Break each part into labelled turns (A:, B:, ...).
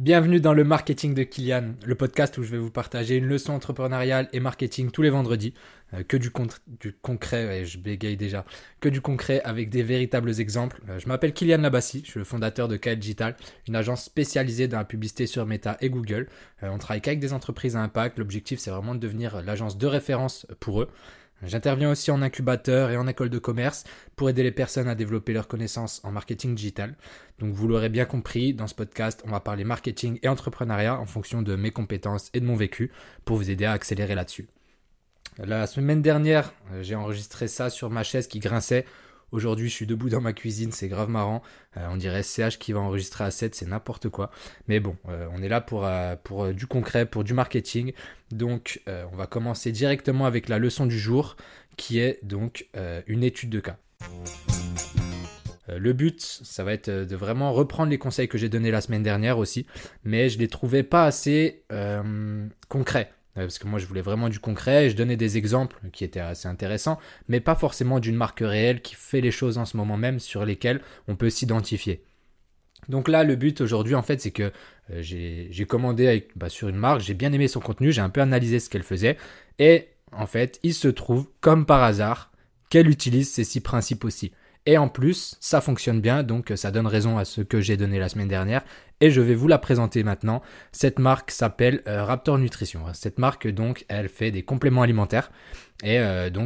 A: Bienvenue dans le marketing de Kylian, le podcast où je vais vous partager une leçon entrepreneuriale et marketing tous les vendredis, que du concret, ouais, je bégaye déjà, que du concret avec des véritables exemples. Je m'appelle Kylian Labassi, je suis le fondateur de KL Digital, une agence spécialisée dans la publicité sur Meta et Google. On travaille qu'avec des entreprises à impact, l'objectif c'est vraiment de devenir l'agence de référence pour eux. J'interviens aussi en incubateur et en école de commerce pour aider les personnes à développer leurs connaissances en marketing digital. Donc vous l'aurez bien compris, dans ce podcast, on va parler marketing et entrepreneuriat en fonction de mes compétences et de mon vécu pour vous aider à accélérer là-dessus. La semaine dernière, j'ai enregistré ça sur ma chaise qui grinçait. Aujourd'hui, je suis debout dans ma cuisine, c'est grave marrant. On dirait SCH qui va enregistrer à 7, c'est n'importe quoi. Mais bon, on est là pour du concret, pour du marketing. Donc, on va commencer directement avec la leçon du jour, qui est donc une étude de cas. Le but, ça va être de vraiment reprendre les conseils que j'ai donnés la semaine dernière aussi, mais je les trouvais pas assez concrets. Parce que moi je voulais vraiment du concret, je donnais des exemples qui étaient assez intéressants, mais pas forcément d'une marque réelle qui fait les choses en ce moment même sur lesquelles on peut s'identifier. Donc là le but aujourd'hui en fait c'est que j'ai commandé sur une marque, j'ai bien aimé son contenu, j'ai un peu analysé ce qu'elle faisait et en fait il se trouve comme par hasard qu'elle utilise ces 6 principes aussi. Et en plus, ça fonctionne bien, donc ça donne raison à ce que j'ai donné la semaine dernière. Et je vais vous la présenter maintenant. Cette marque s'appelle Raptor Nutrition. Cette marque, donc, elle fait des compléments alimentaires. Et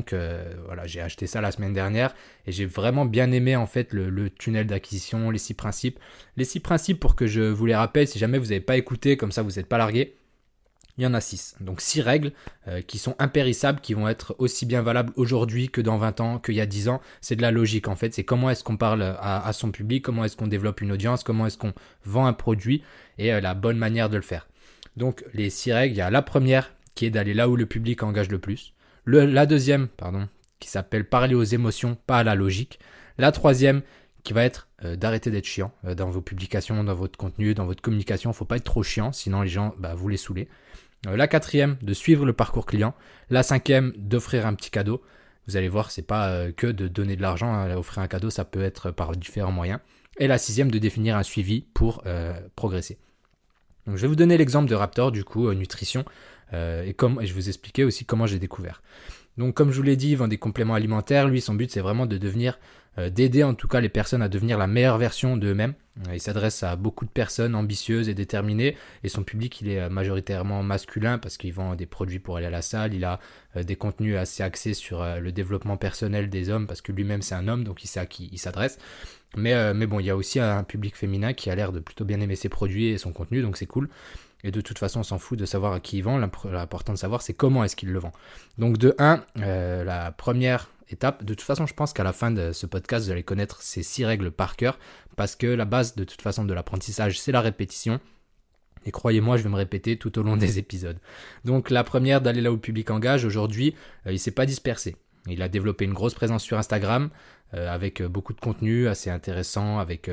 A: voilà, j'ai acheté ça la semaine dernière. Et j'ai vraiment bien aimé, en fait, le tunnel d'acquisition, les 6 principes. Les 6 principes, pour que je vous les rappelle, si jamais vous n'avez pas écouté, comme ça vous n'êtes pas largué. Il y en a 6. Donc 6 règles qui sont impérissables, qui vont être aussi bien valables aujourd'hui que dans 20 ans, qu'il y a 10 ans. C'est de la logique en fait. C'est comment est-ce qu'on parle à son public, comment est-ce qu'on développe une audience, comment est-ce qu'on vend un produit et la bonne manière de le faire. Donc les 6 règles, il y a la première qui est d'aller là où le public engage le plus. La deuxième, qui s'appelle parler aux émotions, pas à la logique. La troisième, qui va être d'arrêter d'être chiant dans vos publications, dans votre contenu, dans votre communication. Il ne faut pas être trop chiant, sinon les gens vous les saoulez. La quatrième, de suivre le parcours client. La cinquième, d'offrir un petit cadeau. Vous allez voir, c'est pas que de donner de l'argent. Offrir un cadeau, ça peut être par différents moyens. Et la sixième, de définir un suivi pour progresser. Donc, je vais vous donner l'exemple de Raptor, du coup, nutrition. Et je vais vous expliquer aussi comment j'ai découvert. Donc, comme je vous l'ai dit, il vend des compléments alimentaires. Lui, son but, c'est vraiment d'aider en tout cas les personnes à devenir la meilleure version d'eux-mêmes. Il s'adresse à beaucoup de personnes ambitieuses et déterminées. Et son public, il est majoritairement masculin parce qu'il vend des produits pour aller à la salle. Il a des contenus assez axés sur le développement personnel des hommes parce que lui-même, c'est un homme, donc il sait à qui il s'adresse. Mais bon, il y a aussi un public féminin qui a l'air de plutôt bien aimer ses produits et son contenu, donc c'est cool. Et de toute façon, on s'en fout de savoir à qui il vend. L'important de savoir, c'est comment est-ce qu'il le vend. Donc de 1, la première étape, de toute façon, je pense qu'à la fin de ce podcast, vous allez connaître ces 6 règles par cœur, parce que la base, de toute façon, de l'apprentissage, c'est la répétition. Et croyez-moi, je vais me répéter tout au long des épisodes. Donc la première, d'aller là où le public engage. Aujourd'hui, il ne s'est pas dispersé. Il a développé une grosse présence sur Instagram avec beaucoup de contenu assez intéressant, avec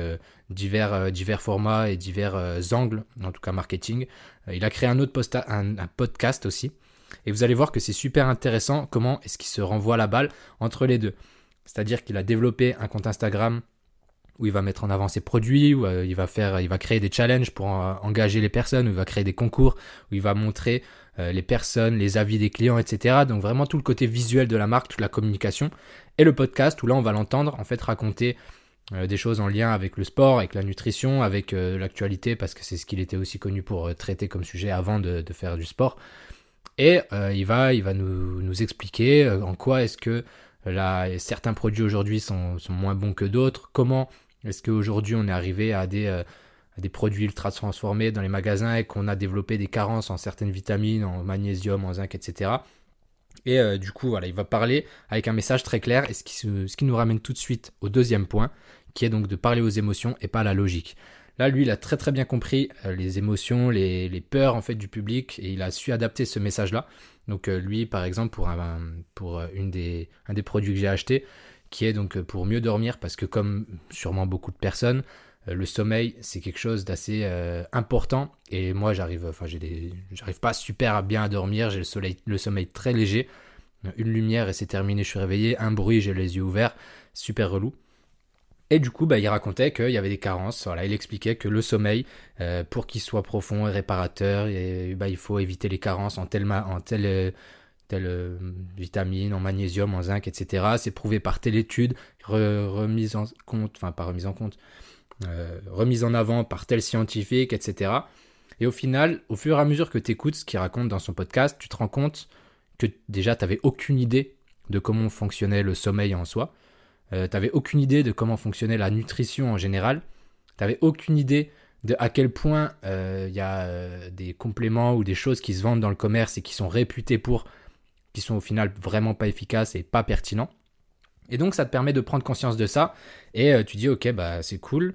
A: divers formats et divers angles, en tout cas marketing. Il a créé un podcast aussi. Et vous allez voir que c'est super intéressant comment est-ce qu'il se renvoie la balle entre les deux. C'est-à-dire qu'il a développé un compte Instagram où il va mettre en avant ses produits, où il va créer des challenges pour engager les personnes, où il va créer des concours, où il va montrer les personnes, les avis des clients, etc. Donc vraiment tout le côté visuel de la marque, toute la communication. Et le podcast où là on va l'entendre en fait raconter des choses en lien avec le sport, avec la nutrition, avec l'actualité, parce que c'est ce qu'il était aussi connu pour traiter comme sujet avant de faire du sport. Et il va nous expliquer en quoi est-ce que certains produits aujourd'hui sont moins bons que d'autres, comment est-ce qu'aujourd'hui on est arrivé à des produits ultra transformés dans les magasins et qu'on a développé des carences en certaines vitamines, en magnésium, en zinc, etc. Et du coup, voilà, il va parler avec un message très clair, et ce qui nous ramène tout de suite au deuxième point, qui est donc de parler aux émotions et pas à la logique. Là, lui, il a très très bien compris les émotions, les peurs en fait du public, et il a su adapter ce message-là. Donc lui, par exemple, pour un des produits que j'ai acheté, qui est donc pour mieux dormir, parce que comme sûrement beaucoup de personnes, le sommeil, c'est quelque chose d'assez important. Et moi, j'arrive pas super bien à dormir. J'ai le sommeil très léger. Une lumière et c'est terminé, je suis réveillé. Un bruit, j'ai les yeux ouverts. Super relou. Et du coup, il racontait qu'il y avait des carences. Voilà, il expliquait que le sommeil, pour qu'il soit profond et réparateur, il faut éviter les carences en telle vitamine, en magnésium, en zinc, etc. C'est prouvé par telle étude, remise en compte, enfin pas remise en compte, remise en avant par tel scientifique, etc. Et au final, au fur et à mesure que tu écoutes ce qu'il raconte dans son podcast, tu te rends compte que déjà, tu n'avais aucune idée de comment fonctionnait le sommeil en soi. Tu n'avais aucune idée de comment fonctionnait la nutrition en général. Tu n'avais aucune idée de à quel point y a des compléments ou des choses qui se vendent dans le commerce et qui sont réputés qui sont au final vraiment pas efficaces et pas pertinents. Et donc ça te permet de prendre conscience de ça et tu dis ok c'est cool.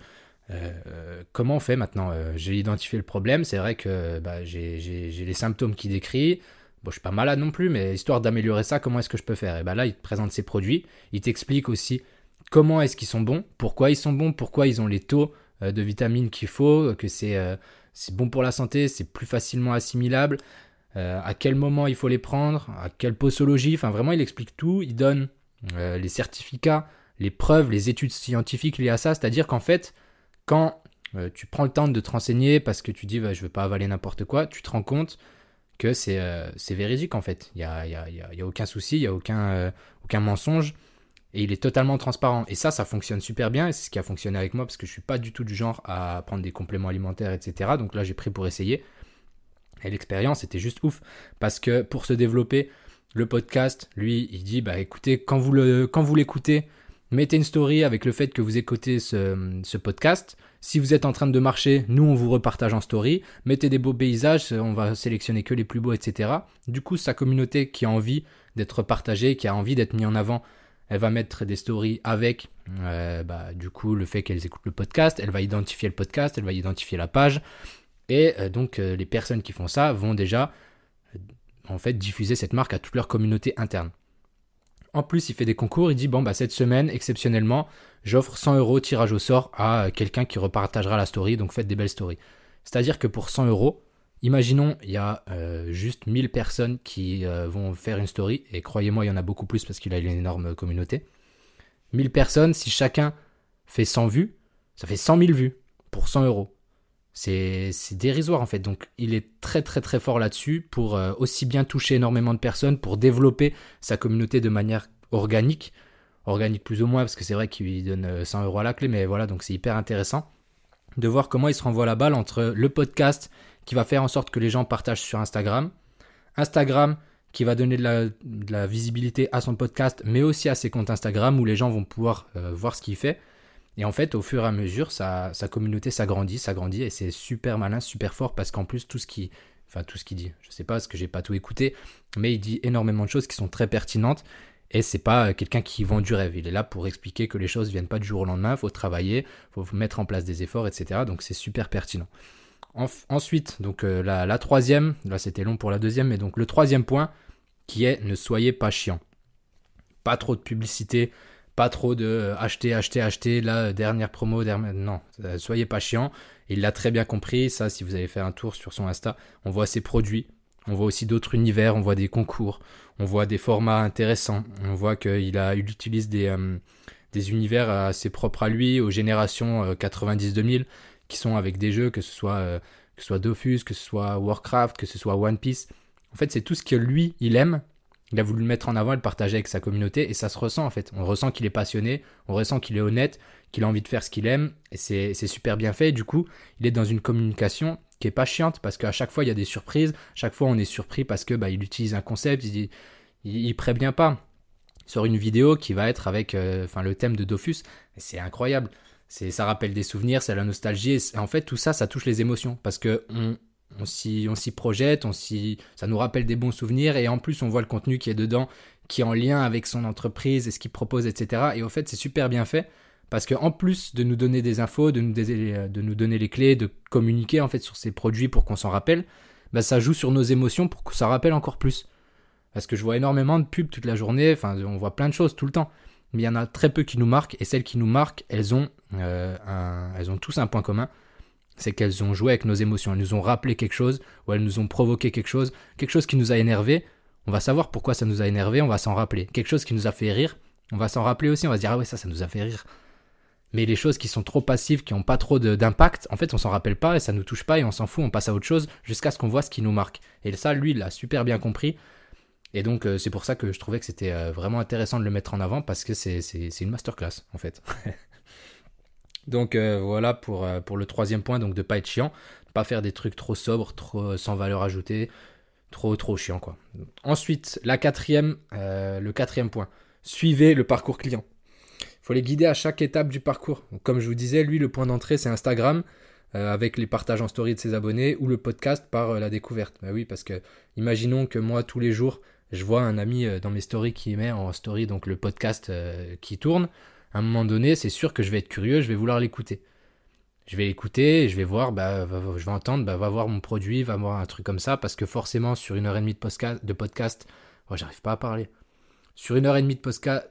A: Comment on fait maintenant? J'ai identifié le problème, c'est vrai que j'ai les symptômes qu'il décrit. Bon, je suis pas malade non plus, mais histoire d'améliorer ça, comment est-ce que je peux faire? Et là, il te présente ses produits, il t'explique aussi comment est-ce qu'ils sont bons, pourquoi ils ont les taux de vitamines qu'il faut, que c'est bon pour la santé, c'est plus facilement assimilable, à quel moment il faut les prendre, à quelle posologie, enfin vraiment il explique tout, il donne les certificats, les preuves, les études scientifiques liées à ça, c'est-à-dire qu'en fait, quand tu prends le temps de te renseigner parce que tu dis je ne veux pas avaler n'importe quoi, tu te rends compte que c'est véridique en fait. Il n'y a aucun souci, il n'y a aucun mensonge et il est totalement transparent. Et ça fonctionne super bien et c'est ce qui a fonctionné avec moi parce que je ne suis pas du tout du genre à prendre des compléments alimentaires, etc. Donc là, j'ai pris pour essayer. Et l'expérience était juste ouf parce que pour se développer, le podcast, lui, il dit écoutez, quand vous l'écoutez, mettez une story avec le fait que vous écoutez ce podcast. Si vous êtes en train de marcher, nous, on vous repartage en story. Mettez des beaux paysages, on va sélectionner que les plus beaux, etc. Du coup, sa communauté qui a envie d'être partagée, qui a envie d'être mise en avant, elle va mettre des stories avec, du coup, le fait qu'elles écoutent le podcast. Elle va identifier le podcast, elle va identifier la page. Et donc, les personnes qui font ça vont déjà, en fait, diffuser cette marque à toute leur communauté interne. En plus, il fait des concours, il dit cette semaine, exceptionnellement, j'offre 100 € tirage au sort à quelqu'un qui repartagera la story, donc faites des belles stories. C'est-à-dire que pour 100 €, imaginons, il y a juste 1000 personnes qui vont faire une story, et croyez-moi, il y en a beaucoup plus parce qu'il a une énorme communauté. 1000 personnes, si chacun fait 100 vues, ça fait 100 000 vues pour 100 €. C'est dérisoire en fait, donc il est très très très fort là-dessus pour aussi bien toucher énormément de personnes, pour développer sa communauté de manière organique plus ou moins, parce que c'est vrai qu'il lui donne 100 € à la clé, mais voilà, donc c'est hyper intéressant de voir comment il se renvoie la balle entre le podcast qui va faire en sorte que les gens partagent sur Instagram qui va donner de la visibilité à son podcast, mais aussi à ses comptes Instagram où les gens vont pouvoir voir ce qu'il fait. Et en fait, au fur et à mesure, sa communauté s'agrandit, et c'est super malin, super fort, parce qu'en plus, tout ce qu'il dit, je sais pas, parce que j'ai pas tout écouté, mais il dit énormément de choses qui sont très pertinentes, et c'est pas quelqu'un qui vend du rêve. Il est là pour expliquer que les choses viennent pas du jour au lendemain, faut travailler, faut mettre en place des efforts, etc. Donc c'est super pertinent. Ensuite, donc la troisième, là c'était long pour la deuxième, mais donc le troisième point, qui est ne soyez pas chiant. Pas trop de publicité, pas trop de acheter, la dernière promo, non, soyez pas chiant. Il l'a très bien compris, ça, si vous avez fait un tour sur son Insta, on voit ses produits, on voit aussi d'autres univers, on voit des concours, on voit des formats intéressants, on voit qu'il utilise des univers assez propres à lui, aux générations 90-2000, qui sont avec des jeux, que ce soit Dofus, que ce soit Warcraft, que ce soit One Piece. En fait, c'est tout ce que lui, il aime. Il a voulu le mettre en avant et le partager avec sa communauté, et ça se ressent en fait. On ressent qu'il est passionné, on ressent qu'il est honnête, qu'il a envie de faire ce qu'il aime, et c'est super bien fait. Et du coup, il est dans une communication qui est pas chiante, parce qu'à chaque fois, il y a des surprises. Chaque fois, on est surpris parce que il utilise un concept, il prévient pas. Il sort une vidéo qui va être avec le thème de Dofus, et c'est incroyable. Ça rappelle des souvenirs, c'est la nostalgie, et en fait, tout ça, ça touche les émotions, parce que on s'y projette, ça nous rappelle des bons souvenirs, et en plus on voit le contenu qui est dedans, qui est en lien avec son entreprise et ce qu'il propose, etc. Et au fait c'est super bien fait, parce qu'en plus de nous donner des infos, de nous donner les clés, de communiquer en fait sur ces produits pour qu'on s'en rappelle, ça joue sur nos émotions pour que ça rappelle encore plus. Parce que je vois énormément de pubs toute la journée, on voit plein de choses tout le temps, mais il y en a très peu qui nous marquent, et celles qui nous marquent, elles ont tous un point commun. C'est qu'elles ont joué avec nos émotions, elles nous ont rappelé quelque chose, ou elles nous ont provoqué quelque chose qui nous a énervé. On va savoir pourquoi ça nous a énervé, on va s'en rappeler. Quelque chose qui nous a fait rire, on va s'en rappeler aussi, on va se dire ah ouais, ça nous a fait rire. Mais les choses qui sont trop passives, qui n'ont pas trop d'impact, en fait, on s'en rappelle pas et ça nous touche pas et on s'en fout, on passe à autre chose jusqu'à ce qu'on voit ce qui nous marque. Et ça, lui, il l'a super bien compris. Et donc, c'est pour ça que je trouvais que c'était vraiment intéressant de le mettre en avant parce que c'est une masterclass, en fait. Donc, voilà pour le troisième point, donc de pas être chiant, pas faire des trucs trop sobres, trop sans valeur ajoutée, trop chiant, quoi. Ensuite, le quatrième point, suivez le parcours client. Il faut les guider à chaque étape du parcours. Donc, comme je vous disais, lui, le point d'entrée, c'est Instagram, avec les partages en story de ses abonnés, ou le podcast par la découverte. Bah oui, parce que imaginons que moi, tous les jours, je vois un ami dans mes stories qui met en story donc le podcast qui tourne. À un moment donné, c'est sûr que je vais être curieux, je vais vouloir l'écouter. Je vais l'écouter et je vais voir, je vais entendre, va voir mon produit, va voir un truc comme ça, parce que forcément, sur 1 heure et demie de podcast, oh, j'arrive pas à parler. Sur 1 heure et demie de podcast,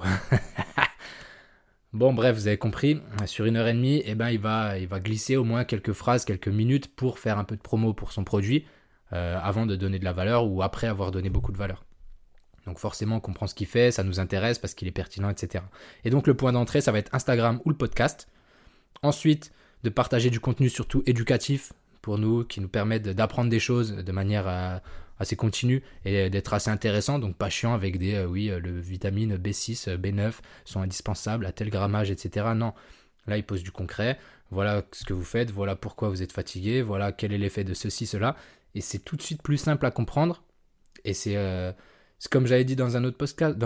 A: bon, bref, vous avez compris. Sur 1 heure et demie, eh ben, il va glisser au moins quelques phrases, quelques minutes pour faire un peu de promo pour son produit avant de donner de la valeur ou après avoir donné beaucoup de valeur. Donc forcément, on comprend ce qu'il fait, ça nous intéresse parce qu'il est pertinent, etc. Et donc le point d'entrée, ça va être Instagram ou le podcast. Ensuite, de partager du contenu surtout éducatif pour nous, qui nous permettent d'apprendre des choses de manière assez continue et d'être assez intéressant, donc pas chiant avec le vitamine B6, B9 sont indispensables à tel grammage, etc. Non, là il pose du concret, voilà ce que vous faites, voilà pourquoi vous êtes fatigué, voilà quel est l'effet de ceci, cela, et c'est tout de suite plus simple à comprendre, et c'est comme j'avais dit dans un autre podcast,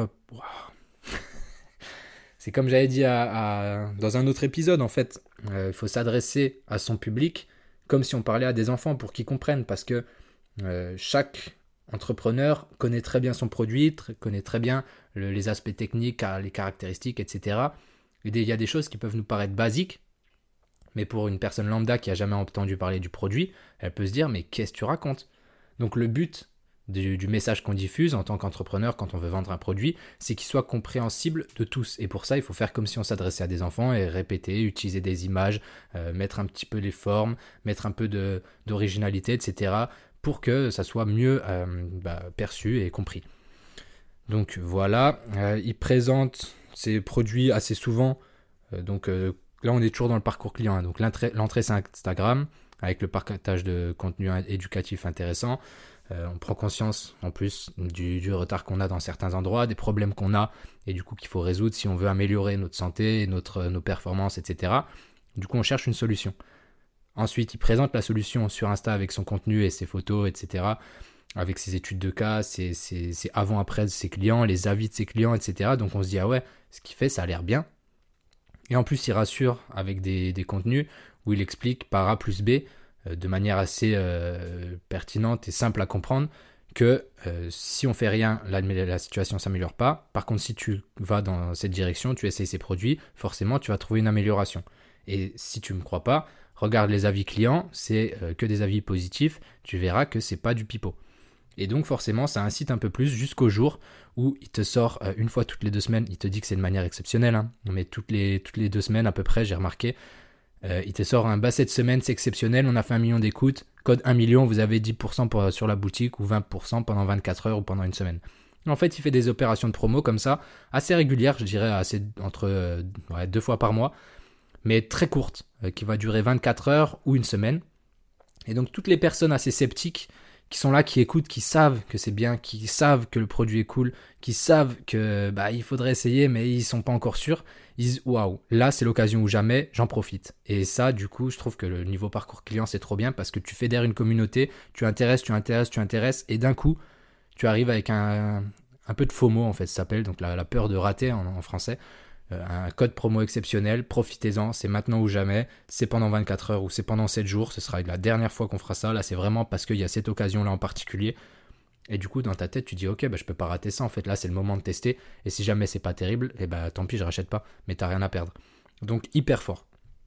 A: c'est comme j'avais dit dans un autre épisode, en fait, il faut s'adresser à son public comme si on parlait à des enfants pour qu'ils comprennent, parce que chaque entrepreneur connaît très bien son produit, connaît très bien les aspects techniques, les caractéristiques, etc. Et il y a des choses qui peuvent nous paraître basiques, mais pour une personne lambda qui n'a jamais entendu parler du produit, elle peut se dire « mais qu'est-ce que tu racontes ?» Donc le but du message qu'on diffuse en tant qu'entrepreneur quand on veut vendre un produit, c'est qu'il soit compréhensible de tous. Et pour ça, il faut faire comme si on s'adressait à des enfants et répéter, utiliser des images, mettre un petit peu les formes, mettre un peu d'originalité, etc. pour que ça soit mieux perçu et compris. Donc voilà, il présente ses produits assez souvent. Là, on est toujours dans le parcours client. Hein. Donc l'entrée, c'est Instagram, avec le partage de contenu éducatif intéressant. On prend conscience en plus du retard qu'on a dans certains endroits, des problèmes qu'on a et du coup qu'il faut résoudre si on veut améliorer notre santé, nos performances, etc. Du coup, on cherche une solution. Ensuite, il présente la solution sur Insta avec son contenu et ses photos, etc. Avec ses études de cas, ses avant-après de ses clients, les avis de ses clients, etc. Donc on se dit, ah ouais, ce qu'il fait, ça a l'air bien. Et en plus, il rassure avec des contenus où il explique par A plus B de manière assez pertinente et simple à comprendre que si on fait rien, la situation ne s'améliore pas. Par contre, si tu vas dans cette direction, tu essayes ces produits, forcément, tu vas trouver une amélioration. Et si tu ne me crois pas, regarde les avis clients, c'est que des avis positifs, tu verras que c'est pas du pipeau. Et donc forcément, ça incite un peu plus jusqu'au jour où il te sort une fois toutes les 2 semaines, il te dit que c'est de manière exceptionnelle, hein, mais toutes les 2 semaines à peu près, j'ai remarqué, il te sort un cette semaine, c'est exceptionnel, on a fait 1 million d'écoutes, code 1 million, vous avez 10% sur la boutique ou 20% pendant 24 heures ou pendant une semaine. En fait, il fait des opérations de promo comme ça, assez régulières, je dirais entre 2 fois par mois, mais très courtes, qui va durer 24 heures ou une semaine. Et donc toutes les personnes assez sceptiques qui sont là, qui écoutent, qui savent que c'est bien, qui savent que le produit est cool, qui savent que il faudrait essayer, mais ils sont pas encore sûrs, ils disent waouh, là c'est l'occasion ou jamais, j'en profite. Et ça, du coup, je trouve que le niveau parcours client c'est trop bien parce que tu fédères une communauté, tu intéresses, et d'un coup, tu arrives avec un peu de FOMO en fait, ça s'appelle, donc la peur de rater en français. Un code promo exceptionnel, profitez-en, c'est maintenant ou jamais, c'est pendant 24 heures ou c'est pendant 7 jours, ce sera la dernière fois qu'on fera ça, là c'est vraiment parce qu'il y a cette occasion-là en particulier, et du coup dans ta tête tu dis ok, je peux pas rater ça en fait, là c'est le moment de tester, et si jamais c'est pas terrible, tant pis je rachète pas, mais t'as rien à perdre. Donc hyper fort.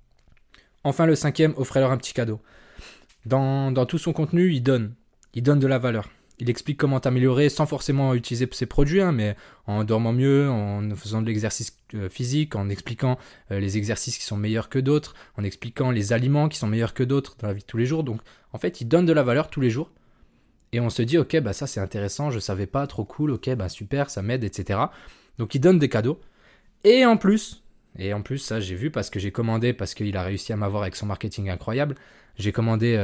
A: Enfin le 5e, offrez-leur un petit cadeau. Dans tout son contenu, il donne de la valeur. Il explique comment t'améliorer sans forcément utiliser ses produits, mais en dormant mieux, en faisant de l'exercice physique, en expliquant les exercices qui sont meilleurs que d'autres, en expliquant les aliments qui sont meilleurs que d'autres dans la vie de tous les jours. Donc en fait, il donne de la valeur tous les jours. Et on se dit, ok, ça c'est intéressant, je savais pas, trop cool, ok, super, ça m'aide, etc. Donc il donne des cadeaux. Et en plus, Et en plus, ça, j'ai vu parce que j'ai commandé, parce qu'il a réussi à m'avoir avec son marketing incroyable. J'ai commandé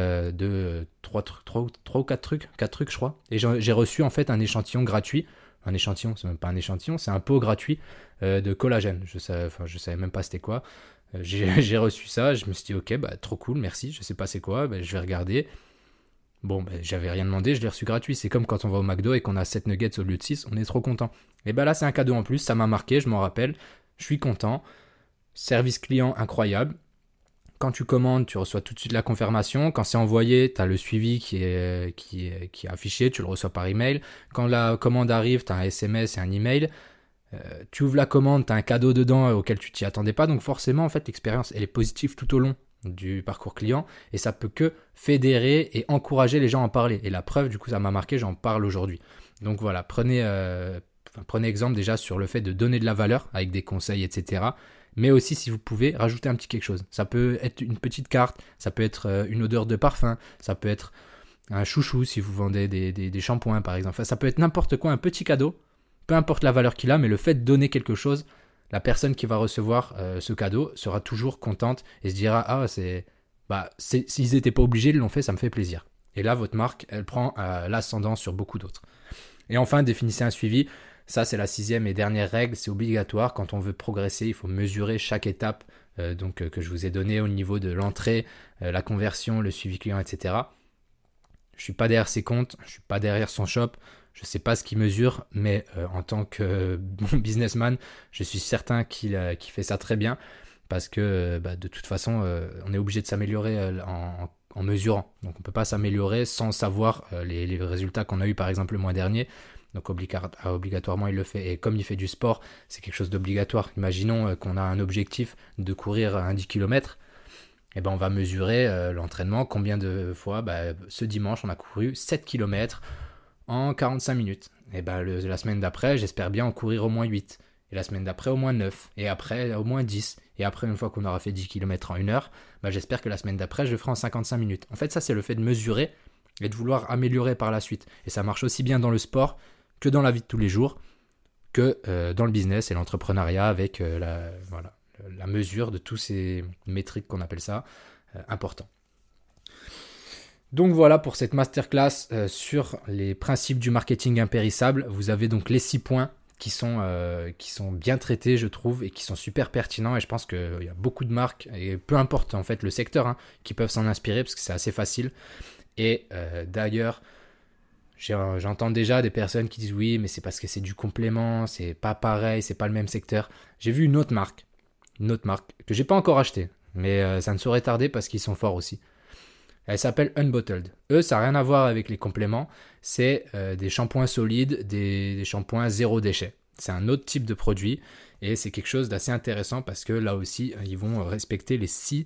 A: trois ou quatre trucs, je crois. Et j'ai reçu en fait un échantillon gratuit. Un échantillon, c'est même pas un échantillon, c'est un pot gratuit de collagène. Je savais même pas c'était quoi. J'ai reçu ça, je me suis dit, ok, bah, trop cool, merci. Je sais pas c'est quoi, bah, je vais regarder. Bon, ben, j'avais rien demandé, je l'ai reçu gratuit. C'est comme quand on va au McDo et qu'on a 7 nuggets au lieu de 6, on est trop content. Et ben là, c'est un cadeau en plus, ça m'a marqué, je m'en rappelle. Je suis content. Service client incroyable. Quand tu commandes, tu reçois tout de suite la confirmation. Quand c'est envoyé, tu as le suivi qui est affiché, tu le reçois par email. Quand la commande arrive, tu as un SMS et un email. Tu ouvres la commande, tu as un cadeau dedans auquel tu t'y attendais pas. Donc forcément, en fait, l'expérience, elle est positive tout au long du parcours client et ça peut que fédérer et encourager les gens à en parler. Et la preuve, du coup, ça m'a marqué, j'en parle aujourd'hui. Donc voilà, prenez exemple déjà sur le fait de donner de la valeur avec des conseils, etc. Mais aussi, si vous pouvez, rajouter un petit quelque chose. Ça peut être une petite carte, ça peut être une odeur de parfum, ça peut être un chouchou si vous vendez des shampoings, par exemple. Enfin, ça peut être n'importe quoi, un petit cadeau, peu importe la valeur qu'il a, mais le fait de donner quelque chose, la personne qui va recevoir ce cadeau sera toujours contente et se dira ah s'ils n'étaient pas obligés, ils l'ont fait, ça me fait plaisir. Et là, votre marque, elle prend l'ascendant sur beaucoup d'autres. Et enfin, définissez un suivi. Ça, c'est la 6e et dernière règle. C'est obligatoire. Quand on veut progresser, il faut mesurer chaque étape que je vous ai donnée au niveau de l'entrée, la conversion, le suivi client, etc. Je ne suis pas derrière ses comptes, je ne suis pas derrière son shop. Je ne sais pas ce qu'il mesure, mais en tant que bon businessman, je suis certain qu'il fait ça très bien parce que de toute façon, on est obligé de s'améliorer en mesurant. Donc on ne peut pas s'améliorer sans savoir les résultats qu'on a eu par exemple le mois dernier. Donc obligatoirement il le fait. Et comme il fait du sport, c'est quelque chose d'obligatoire. Imaginons qu'on a un objectif de courir un 10 km. Et ben on va mesurer l'entraînement. Combien de fois ce dimanche on a couru 7 km en 45 minutes. Et ben la semaine d'après, j'espère bien en courir au moins 8. Et la semaine d'après, au moins 9. Et après, au moins 10. Et après, une fois qu'on aura fait 10 km en 1 heure, j'espère que la semaine d'après, je le ferai en 55 minutes. En fait, ça, c'est le fait de mesurer et de vouloir améliorer par la suite. Et ça marche aussi bien dans le sport que dans la vie de tous les jours, que dans le business et l'entrepreneuriat avec la mesure de tous ces métriques qu'on appelle ça, importants. Donc voilà pour cette masterclass sur les principes du marketing impérissable. Vous avez donc les 6 points qui sont bien traités, je trouve, et qui sont super pertinents. Et je pense qu'il y a beaucoup de marques, et peu importe en fait le secteur, qui peuvent s'en inspirer parce que c'est assez facile. Et d'ailleurs, j'entends déjà des personnes qui disent oui, mais c'est parce que c'est du complément, c'est pas pareil, c'est pas le même secteur. J'ai vu une autre marque que j'ai pas encore achetée, mais ça ne saurait tarder parce qu'ils sont forts aussi. Elle s'appelle Unbottled. Eux, ça n'a rien à voir avec les compléments. C'est des shampoings solides, des shampoings zéro déchet. C'est un autre type de produit et c'est quelque chose d'assez intéressant parce que là aussi, ils vont respecter les six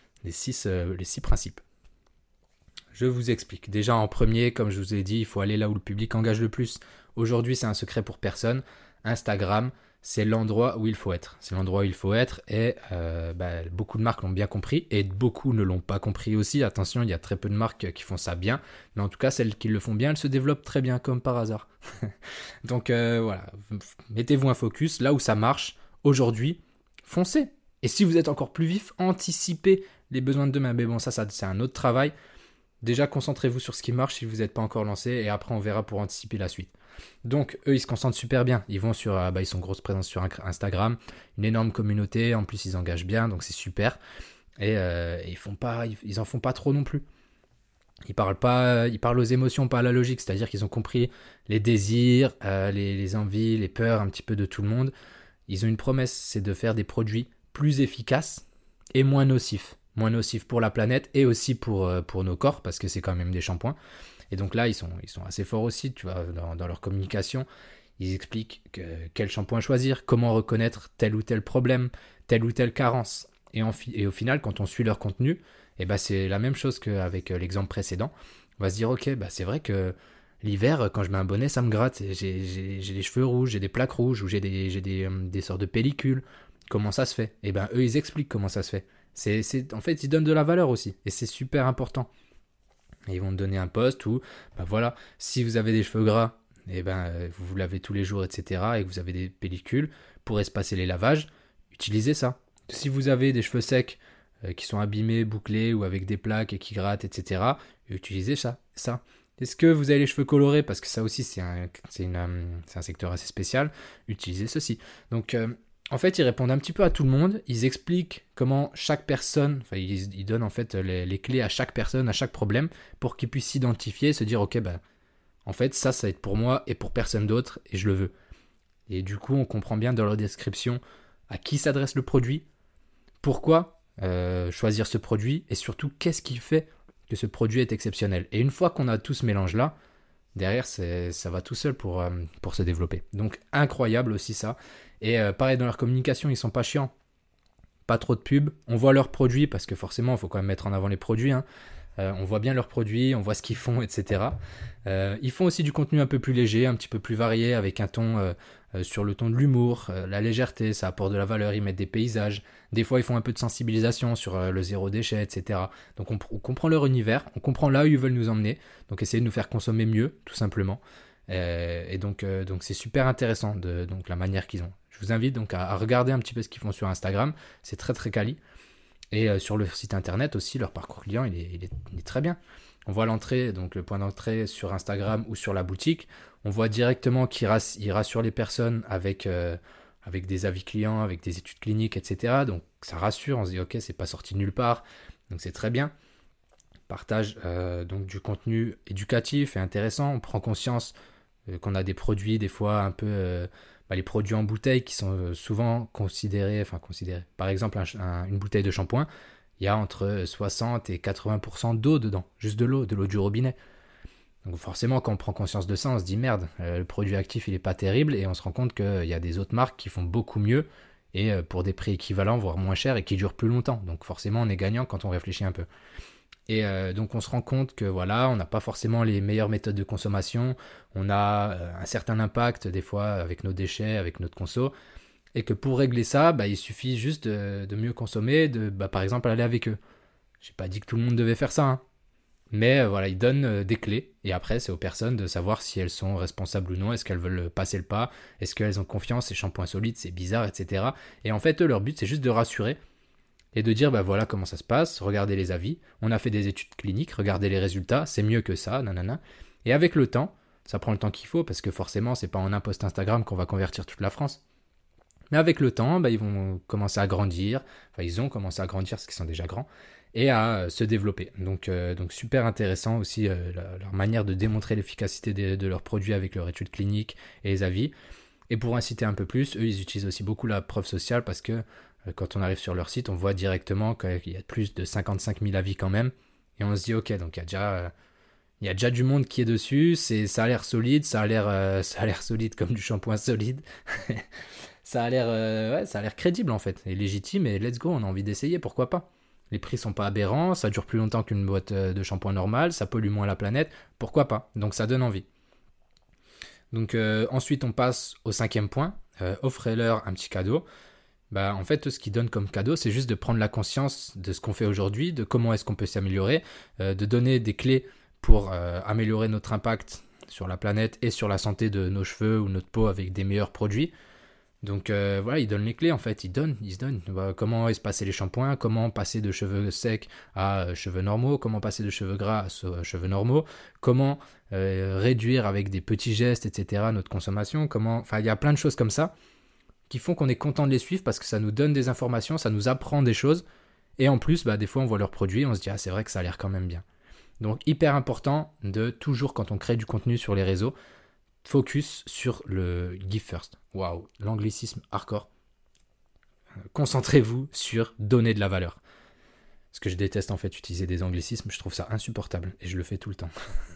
A: principes. Je vous explique. Déjà en premier, comme je vous ai dit, il faut aller là où le public engage le plus. Aujourd'hui, c'est un secret pour personne. Instagram, c'est l'endroit où il faut être. C'est l'endroit où il faut être et beaucoup de marques l'ont bien compris et beaucoup ne l'ont pas compris aussi. Attention, il y a très peu de marques qui font ça bien, mais en tout cas, celles qui le font bien, elles se développent très bien comme par hasard. Donc voilà, mettez-vous un focus là où ça marche. Aujourd'hui, foncez. Et si vous êtes encore plus vif, anticipez les besoins de demain. Mais bon, ça c'est un autre travail. Déjà, concentrez-vous sur ce qui marche si vous n'êtes pas encore lancé et après, on verra pour anticiper la suite. Donc, eux, ils se concentrent super bien. Ils vont ils sont grosse présence sur Instagram, une énorme communauté. En plus, ils engagent bien, donc c'est super. Et ils en font pas trop non plus. Ils parlent aux émotions, pas à la logique. C'est-à-dire qu'ils ont compris les désirs, les envies, les peurs, un petit peu de tout le monde. Ils ont une promesse, c'est de faire des produits plus efficaces et moins nocifs. Moins nocifs pour la planète et aussi pour nos corps, parce que c'est quand même des shampoings. Et donc là, ils sont assez forts aussi, tu vois, dans leur communication. Ils expliquent quel shampoing choisir, comment reconnaître tel ou tel problème, telle ou telle carence. Et au final, quand on suit leur contenu, c'est la même chose qu'avec l'exemple précédent. On va se dire, ok, c'est vrai que l'hiver, quand je mets un bonnet, ça me gratte. J'ai les cheveux rouges, j'ai des plaques rouges, ou j'ai des sortes de pellicules. Comment ça se fait ? Eux, ils expliquent comment ça se fait. En fait, ils donnent de la valeur aussi. Et c'est super important. Et ils vont te donner un post où, si vous avez des cheveux gras, vous vous lavez tous les jours, etc., et que vous avez des pellicules, pour espacer les lavages, utilisez ça. Si vous avez des cheveux secs qui sont abîmés, bouclés ou avec des plaques et qui grattent, etc., utilisez ça. Est-ce que vous avez les cheveux colorés? Parce que ça aussi, c'est un secteur assez spécial. Utilisez ceci. Donc, en fait, ils répondent un petit peu à tout le monde. Ils expliquent comment chaque personne, enfin, ils donnent en fait les clés à chaque personne, à chaque problème, pour qu'ils puissent s'identifier et se dire, ok, ben, en fait, ça va être pour moi et pour personne d'autre, et je le veux. Et du coup, on comprend bien dans leur description à qui s'adresse le produit, pourquoi choisir ce produit, et surtout, qu'est-ce qui fait que ce produit est exceptionnel. Et une fois qu'on a tout ce mélange-là, derrière, ça va tout seul pour se développer. Donc, incroyable aussi ça. Et pareil, dans leur communication, ils sont pas chiants. Pas trop de pubs. On voit leurs produits, parce que forcément, il faut quand même mettre en avant les produits. On voit bien leurs produits, on voit ce qu'ils font, etc. Ils font aussi du contenu un peu plus léger, un petit peu plus varié, avec un ton sur le ton de l'humour, la légèreté, ça apporte de la valeur, ils mettent des paysages. Des fois, ils font un peu de sensibilisation sur le zéro déchet, etc. Donc on comprend leur univers, on comprend là où ils veulent nous emmener. Donc essayer de nous faire consommer mieux, tout simplement. Et donc c'est super intéressant donc la manière qu'ils ont. Je vous invite donc à regarder un petit peu ce qu'ils font sur Instagram, c'est très très quali. Et sur le site internet aussi, leur parcours client, il est très bien. On voit l'entrée, donc le point d'entrée sur Instagram ou sur la boutique. On voit directement qu'il rassure les personnes avec des avis clients, avec des études cliniques, etc. Donc ça rassure, on se dit ok, c'est pas sorti de nulle part, donc c'est très bien. Partage donc du contenu éducatif et intéressant. On prend conscience qu'on a des produits des fois un peu les produits en bouteille qui sont souvent considérés. Par exemple, une bouteille de shampoing, il y a entre 60 et 80% d'eau dedans, juste de l'eau du robinet. Donc forcément, quand on prend conscience de ça, on se dit merde, le produit actif il est pas terrible, et on se rend compte qu'il y a des autres marques qui font beaucoup mieux et pour des prix équivalents, voire moins chers, et qui durent plus longtemps. Donc forcément, on est gagnant quand on réfléchit un peu. Et donc on se rend compte que voilà, on n'a pas forcément les meilleures méthodes de consommation, on a un certain impact des fois avec nos déchets, avec notre conso, et que pour régler ça, il suffit juste de mieux consommer, par exemple aller avec eux. J'ai pas dit que tout le monde devait faire ça, hein. Mais voilà, ils donnent des clés, et après c'est aux personnes de savoir si elles sont responsables ou non, est-ce qu'elles veulent passer le pas, est-ce qu'elles ont confiance, ces shampoings solides, c'est bizarre, etc. Et en fait, eux, leur but c'est juste de rassurer, et de dire voilà comment ça se passe, regardez les avis, on a fait des études cliniques, regardez les résultats, c'est mieux que ça, nanana. Et avec le temps, ça prend le temps qu'il faut, parce que forcément c'est pas en un post Instagram qu'on va convertir toute la France. Mais avec le temps, ils vont commencer à grandir, ils ont commencé à grandir parce qu'ils sont déjà grands, et à se développer. Donc super intéressant aussi leur manière de démontrer l'efficacité de leurs produits avec leurs études cliniques et les avis. Et pour inciter un peu plus, eux ils utilisent aussi beaucoup la preuve sociale, parce que quand on arrive sur leur site, on voit directement qu'il y a plus de 55 000 avis quand même, et on se dit ok, donc il y a déjà du monde qui est dessus, ça a l'air solide, ça a l'air solide comme du shampoing solide. Ça a l'air crédible en fait, et légitime, et let's go, on a envie d'essayer, pourquoi pas. Les prix sont pas aberrants, ça dure plus longtemps qu'une boîte de shampoing normale, ça pollue moins la planète, pourquoi pas. Donc ça donne envie. Donc ensuite on passe au 5e point, offrez-leur un petit cadeau. En fait, ce qu'ils donnent comme cadeau, c'est juste de prendre la conscience de ce qu'on fait aujourd'hui, de comment est-ce qu'on peut s'améliorer, de donner des clés pour améliorer notre impact sur la planète et sur la santé de nos cheveux ou notre peau avec des meilleurs produits. Donc voilà, ils donnent les clés en fait, ils se donnent. Comment espacer les shampoings, comment passer de cheveux secs à cheveux normaux, comment passer de cheveux gras à cheveux normaux, comment réduire avec des petits gestes, etc. notre consommation, il y a plein de choses comme ça qui font qu'on est content de les suivre, parce que ça nous donne des informations, ça nous apprend des choses, et en plus, des fois on voit leurs produits et on se dit c'est vrai que ça a l'air quand même bien. Donc hyper important de toujours, quand on crée du contenu sur les réseaux, focus sur le give first. Waouh, l'anglicisme hardcore. Concentrez-vous sur donner de la valeur. Parce que je déteste en fait utiliser des anglicismes, je trouve ça insupportable, et je le fais tout le temps.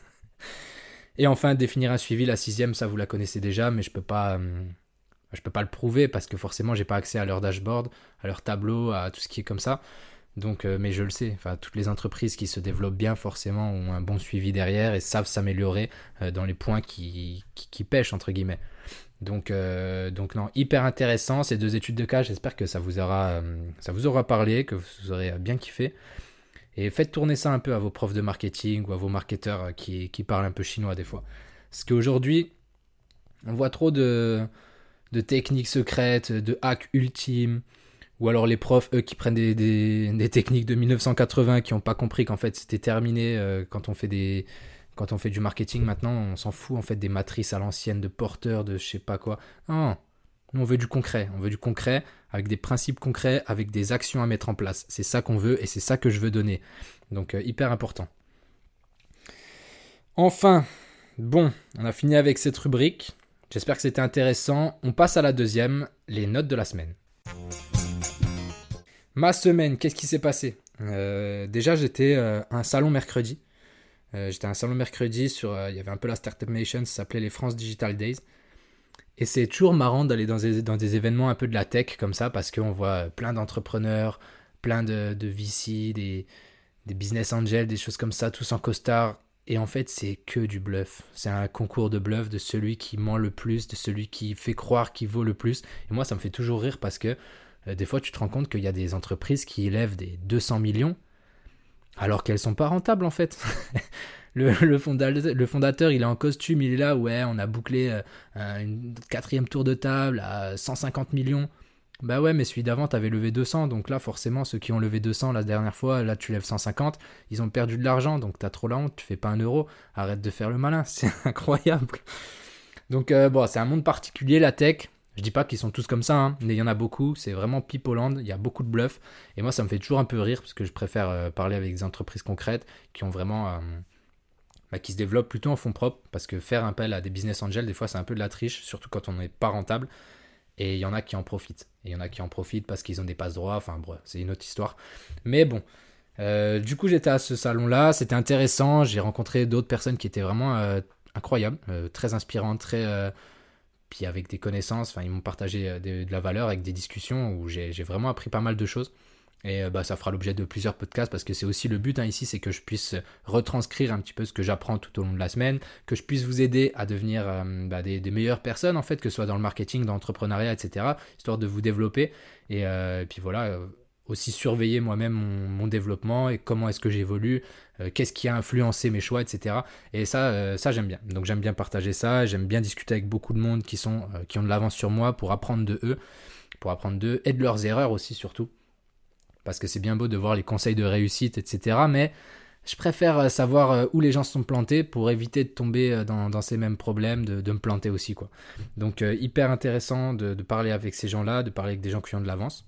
A: Et enfin, définir un suivi, la 6e, ça vous la connaissez déjà, mais je peux pas le prouver, parce que forcément j'ai pas accès à leur dashboard, à leur tableau, à tout ce qui est comme ça. Donc, mais je le sais, toutes les entreprises qui se développent bien forcément ont un bon suivi derrière et savent s'améliorer dans les points qui pêchent entre guillemets. Donc non, hyper intéressant ces 2 études de cas. J'espère que ça vous aura parlé, que vous aurez bien kiffé. Et faites tourner ça un peu à vos profs de marketing ou à vos marketeurs qui parlent un peu chinois des fois. Parce qu'aujourd'hui, on voit trop de techniques secrètes, de hacks ultimes, Ou alors les profs, eux, qui prennent des techniques de 1980, qui n'ont pas compris qu'en fait c'était terminé quand on fait du marketing. Maintenant, on s'en fout en fait des matrices à l'ancienne, de porteurs, de je sais pas quoi. Non, nous on veut du concret. On veut du concret avec des principes concrets, avec des actions à mettre en place. C'est ça qu'on veut et c'est ça que je veux donner. Donc hyper important. Enfin, bon, on a fini avec cette rubrique. J'espère que c'était intéressant. On passe à la deuxième, les notes de la semaine. Ma semaine, qu'est-ce qui s'est passé ? Déjà, j'étais à un salon mercredi. J'étais à un salon mercredi il y avait un peu la Startup Nation, ça s'appelait les France Digital Days. Et c'est toujours marrant d'aller dans des événements un peu de la tech comme ça, parce qu'on voit plein d'entrepreneurs, plein de VC, des business angels, des choses comme ça, tous en costard. Et en fait, c'est que du bluff. C'est un concours de bluff de celui qui ment le plus, de celui qui fait croire qu'il vaut le plus. Et moi, ça me fait toujours rire parce que des fois, tu te rends compte qu'il y a des entreprises qui élèvent des 200 millions alors qu'elles sont pas rentables en fait. Le fondateur, il est en costume, il est là, ouais, on a bouclé une quatrième tour de table à 150 millions. Bah ouais, mais celui d'avant, t'avais levé 200, donc là, forcément, ceux qui ont levé 200 la dernière fois, là, tu lèves 150, ils ont perdu de l'argent, donc t'as trop la honte, tu fais pas un euro, arrête de faire le malin, c'est incroyable. Donc, bon, c'est un monde particulier, la tech. Je dis pas qu'ils sont tous comme ça, hein, mais il y en a beaucoup, c'est vraiment Peopleland, il y a beaucoup de bluff, et moi, ça me fait toujours un peu rire, parce que je préfère parler avec des entreprises concrètes qui ont vraiment... qui se développent plutôt en fonds propres, parce que faire appel à des business angels, des fois, c'est un peu de la triche, surtout quand on n'est pas rentable. Et il y en a qui en profitent. Et il y en a qui en profitent parce qu'ils ont des passe-droits. Enfin, bref, c'est une autre histoire. Mais bon. Du coup, j'étais à ce salon-là. C'était intéressant. J'ai rencontré d'autres personnes qui étaient vraiment incroyables. Très inspirantes. Puis avec des connaissances. Enfin, ils m'ont partagé de la valeur avec des discussions où j'ai vraiment appris pas mal de choses. Et ça fera l'objet de plusieurs podcasts parce que c'est aussi le but ici, c'est que je puisse retranscrire un petit peu ce que j'apprends tout au long de la semaine, que je puisse vous aider à devenir des meilleures personnes en fait, que ce soit dans le marketing, dans l'entrepreneuriat, etc., histoire de vous développer et puis voilà, aussi surveiller moi-même mon développement et comment est-ce que j'évolue, qu'est-ce qui a influencé mes choix, etc. Et ça j'aime bien. Donc j'aime bien partager ça, j'aime bien discuter avec beaucoup de monde qui ont de l'avance sur moi pour apprendre d'eux et de leurs erreurs aussi surtout. Parce que c'est bien beau de voir les conseils de réussite, etc. Mais je préfère savoir où les gens se sont plantés pour éviter de tomber dans ces mêmes problèmes, de me planter aussi, quoi. Donc, hyper intéressant de parler avec ces gens-là, de parler avec des gens qui ont de l'avance.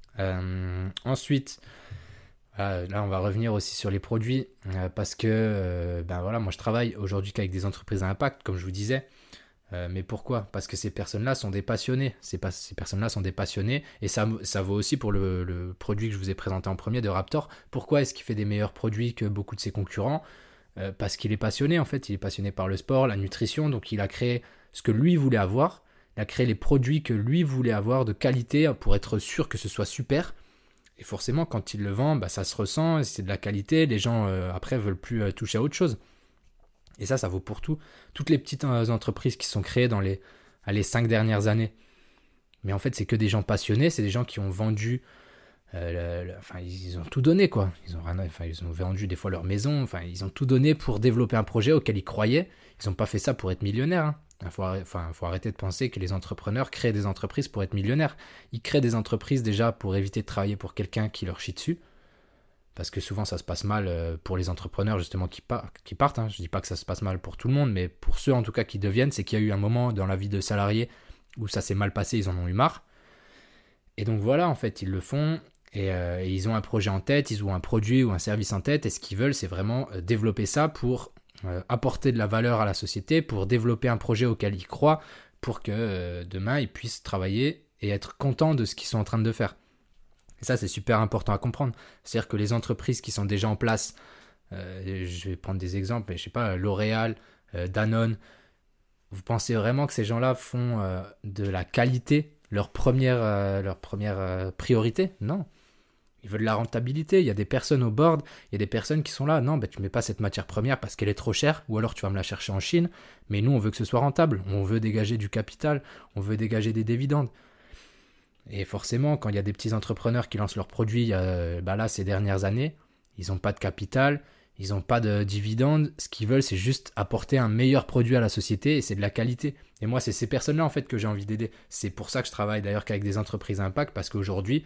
A: Ensuite, là, on va revenir aussi sur les produits parce que, voilà, moi, je travaille aujourd'hui qu'avec des entreprises à impact, comme je vous disais. Mais pourquoi ? Parce que ces personnes-là sont des passionnés. Ces personnes-là sont des passionnés. Et ça vaut aussi pour le produit que je vous ai présenté en premier de Raptor. Pourquoi est-ce qu'il fait des meilleurs produits que beaucoup de ses concurrents ? Parce qu'il est passionné, en fait. Il est passionné par le sport, la nutrition. Donc, il a créé ce que lui voulait avoir. Il a créé les produits que lui voulait avoir de qualité pour être sûr que ce soit super. Et forcément, quand il le vend, ça se ressent. C'est de la qualité. Les gens, après, veulent plus toucher à autre chose. Et ça vaut pour tout. Toutes les petites entreprises qui sont créées dans les 5 dernières années. Mais en fait, c'est que des gens passionnés, c'est des gens qui ont vendu... ils ont tout donné, quoi. Ils ont vendu des fois leur maison, ils ont tout donné pour développer un projet auquel ils croyaient. Ils n'ont pas fait ça pour être millionnaires. Hein. Faut arrêter de penser que les entrepreneurs créent des entreprises pour être millionnaires. Ils créent des entreprises déjà pour éviter de travailler pour quelqu'un qui leur chie dessus. Parce que souvent ça se passe mal pour les entrepreneurs justement qui partent. Hein. Je ne dis pas que ça se passe mal pour tout le monde, mais pour ceux en tout cas qui deviennent, c'est qu'il y a eu un moment dans la vie de salarié où ça s'est mal passé, ils en ont eu marre. Et donc voilà, en fait, ils le font et ils ont un projet en tête, ils ont un produit ou un service en tête et ce qu'ils veulent, c'est vraiment développer ça pour apporter de la valeur à la société, pour développer un projet auquel ils croient, pour que demain ils puissent travailler et être contents de ce qu'ils sont en train de faire. Et ça, c'est super important à comprendre. C'est-à-dire que les entreprises qui sont déjà en place, je vais prendre des exemples, mais je sais pas, L'Oréal, Danone, vous pensez vraiment que ces gens-là font de la qualité leur première priorité ? Non. Ils veulent de la rentabilité. Il y a des personnes au board, il y a des personnes qui sont là. Non, tu ne mets pas cette matière première parce qu'elle est trop chère, ou alors tu vas me la chercher en Chine. Mais nous, on veut que ce soit rentable. On veut dégager du capital, on veut dégager des dividendes. Et forcément, quand il y a des petits entrepreneurs qui lancent leurs produits, là, ces dernières années, ils n'ont pas de capital, ils n'ont pas de dividendes. Ce qu'ils veulent, c'est juste apporter un meilleur produit à la société et c'est de la qualité. Et moi, c'est ces personnes-là, en fait, que j'ai envie d'aider. C'est pour ça que je travaille d'ailleurs qu'avec des entreprises à impact, parce qu'aujourd'hui,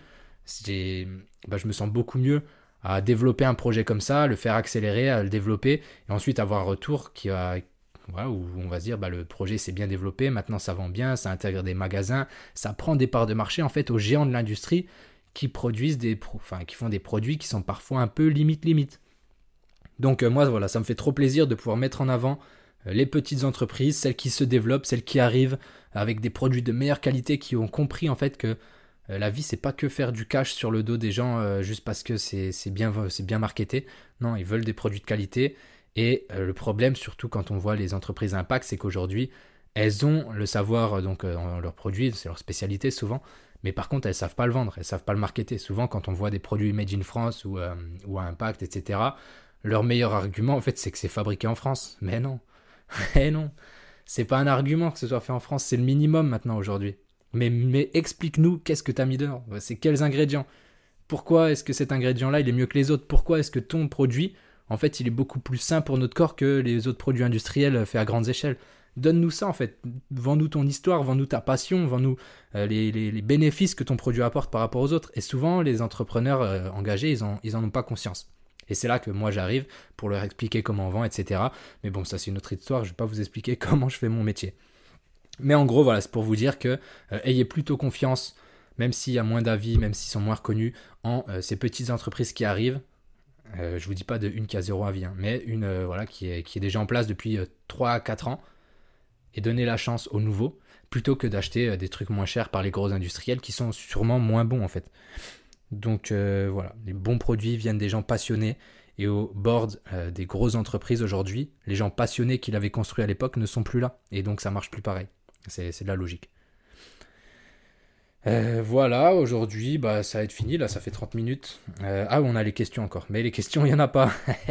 A: je me sens beaucoup mieux à développer un projet comme ça, le faire accélérer, à le développer, et ensuite avoir un retour voilà, où on va se dire le projet s'est bien développé, maintenant ça vend bien, ça intègre des magasins, ça prend des parts de marché en fait aux géants de l'industrie qui produisent qui font des produits qui sont parfois un peu limite. Donc moi voilà, ça me fait trop plaisir de pouvoir mettre en avant les petites entreprises, celles qui se développent, celles qui arrivent avec des produits de meilleure qualité, qui ont compris en fait que la vie c'est pas que faire du cash sur le dos des gens juste parce que c'est bien marketé. Non, ils veulent des produits de qualité. Et le problème, surtout quand on voit les entreprises impact, c'est qu'aujourd'hui, elles ont le savoir dans leurs produits, c'est leur spécialité souvent, mais par contre, elles savent pas le vendre, elles savent pas le marketer. Souvent, quand on voit des produits made in France ou à impact, etc., leur meilleur argument, en fait, c'est que c'est fabriqué en France. Mais non, mais non, c'est pas un argument que ce soit fait en France, c'est le minimum maintenant aujourd'hui. Mais explique-nous, qu'est-ce que tu as mis dedans? C'est quels ingrédients? Pourquoi est-ce que cet ingrédient-là, il est mieux que les autres? Pourquoi est-ce que ton produit, en fait, il est beaucoup plus sain pour notre corps que les autres produits industriels faits à grandes échelles? Donne-nous ça, en fait. Vends-nous ton histoire, vends-nous ta passion, vends-nous les bénéfices que ton produit apporte par rapport aux autres. Et souvent, les entrepreneurs engagés, ils en ont pas conscience. Et c'est là que moi j'arrive pour leur expliquer comment on vend, etc. Mais bon, ça c'est une autre histoire, je vais pas vous expliquer comment je fais mon métier. Mais en gros, voilà, c'est pour vous dire que ayez plutôt confiance, même s'il y a moins d'avis, même s'ils sont moins reconnus, en ces petites entreprises qui arrivent. Je vous dis pas de une qui a zéro avis, hein, mais une voilà, qui est déjà en place depuis 3 à 4 ans, et donner la chance aux nouveaux, plutôt que d'acheter des trucs moins chers par les gros industriels qui sont sûrement moins bons en fait. Donc voilà, les bons produits viennent des gens passionnés, et au board des grosses entreprises aujourd'hui, les gens passionnés qui l'avaient construit à l'époque ne sont plus là, et donc ça marche plus pareil. C'est de la logique. Voilà, aujourd'hui, ça va être fini, là ça fait 30 minutes. On a les questions encore, mais les questions, il n'y en a pas.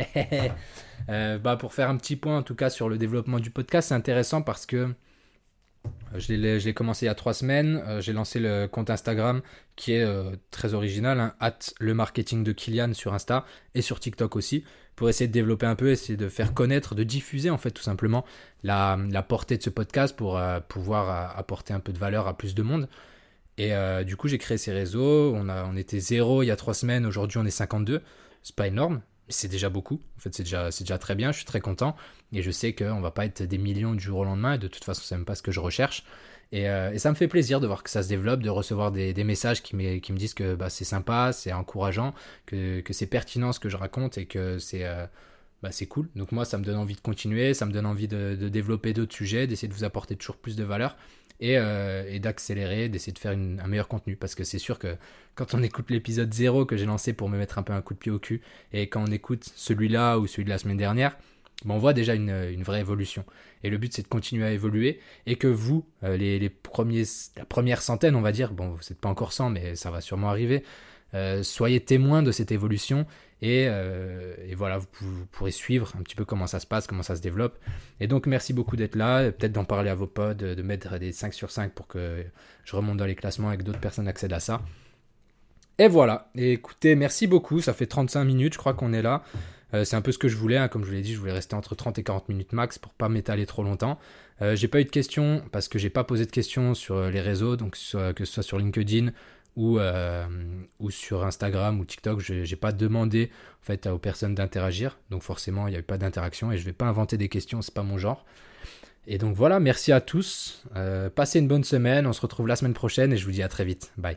A: Pour faire un petit point en tout cas sur le développement du podcast, c'est intéressant parce que je l'ai commencé il y a 3 semaines. J'ai lancé le compte Instagram qui est très original, hein, @lemarketing de Kylian sur Insta et sur TikTok aussi, pour essayer de développer un peu, essayer de faire connaître, de diffuser en fait tout simplement la portée de ce podcast pour pouvoir apporter un peu de valeur à plus de monde. Et du coup, j'ai créé ces réseaux. On était 0 il y a 3 semaines. Aujourd'hui, on est 52. C'est pas énorme, mais c'est déjà beaucoup. En fait, c'est déjà très bien. Je suis très content. Et je sais qu'on va pas être des millions du jour au lendemain. Et de toute façon, c'est même pas ce que je recherche. Et ça me fait plaisir de voir que ça se développe, de recevoir des messages qui me disent que c'est sympa, c'est encourageant, que c'est pertinent ce que je raconte et que c'est cool. Donc moi, ça me donne envie de continuer. Ça me donne envie de développer d'autres sujets, d'essayer de vous apporter toujours plus de valeur. Et d'accélérer, d'essayer de faire un meilleur contenu, parce que c'est sûr que quand on écoute l'épisode 0 que j'ai lancé pour me mettre un peu un coup de pied au cul, et quand on écoute celui-là ou celui de la semaine dernière, on voit déjà une vraie évolution. Et le but, c'est de continuer à évoluer, et que vous, la première centaine, on va dire, bon, vous n'êtes pas encore 100, mais ça va sûrement arriver, soyez témoins de cette évolution, et voilà, vous pourrez suivre un petit peu comment ça se passe, comment ça se développe. Et donc merci beaucoup d'être là, peut-être d'en parler à vos potes, de mettre des 5 sur 5 pour que je remonte dans les classements et que d'autres personnes accèdent à ça. Et voilà, et écoutez, merci beaucoup, ça fait 35 minutes, je crois qu'on est là. C'est un peu ce que je voulais, hein. Comme je vous l'ai dit, je voulais rester entre 30 et 40 minutes max pour pas m'étaler trop longtemps. J'ai pas eu de questions parce que j'ai pas posé de questions sur les réseaux, donc que ce soit sur LinkedIn ou sur Instagram ou TikTok. J'ai pas demandé en fait aux personnes d'interagir, donc forcément il n'y a eu pas d'interaction et je vais pas inventer des questions, c'est pas mon genre. Et donc voilà, merci à tous, passez une bonne semaine, on se retrouve la semaine prochaine et je vous dis à très vite, bye.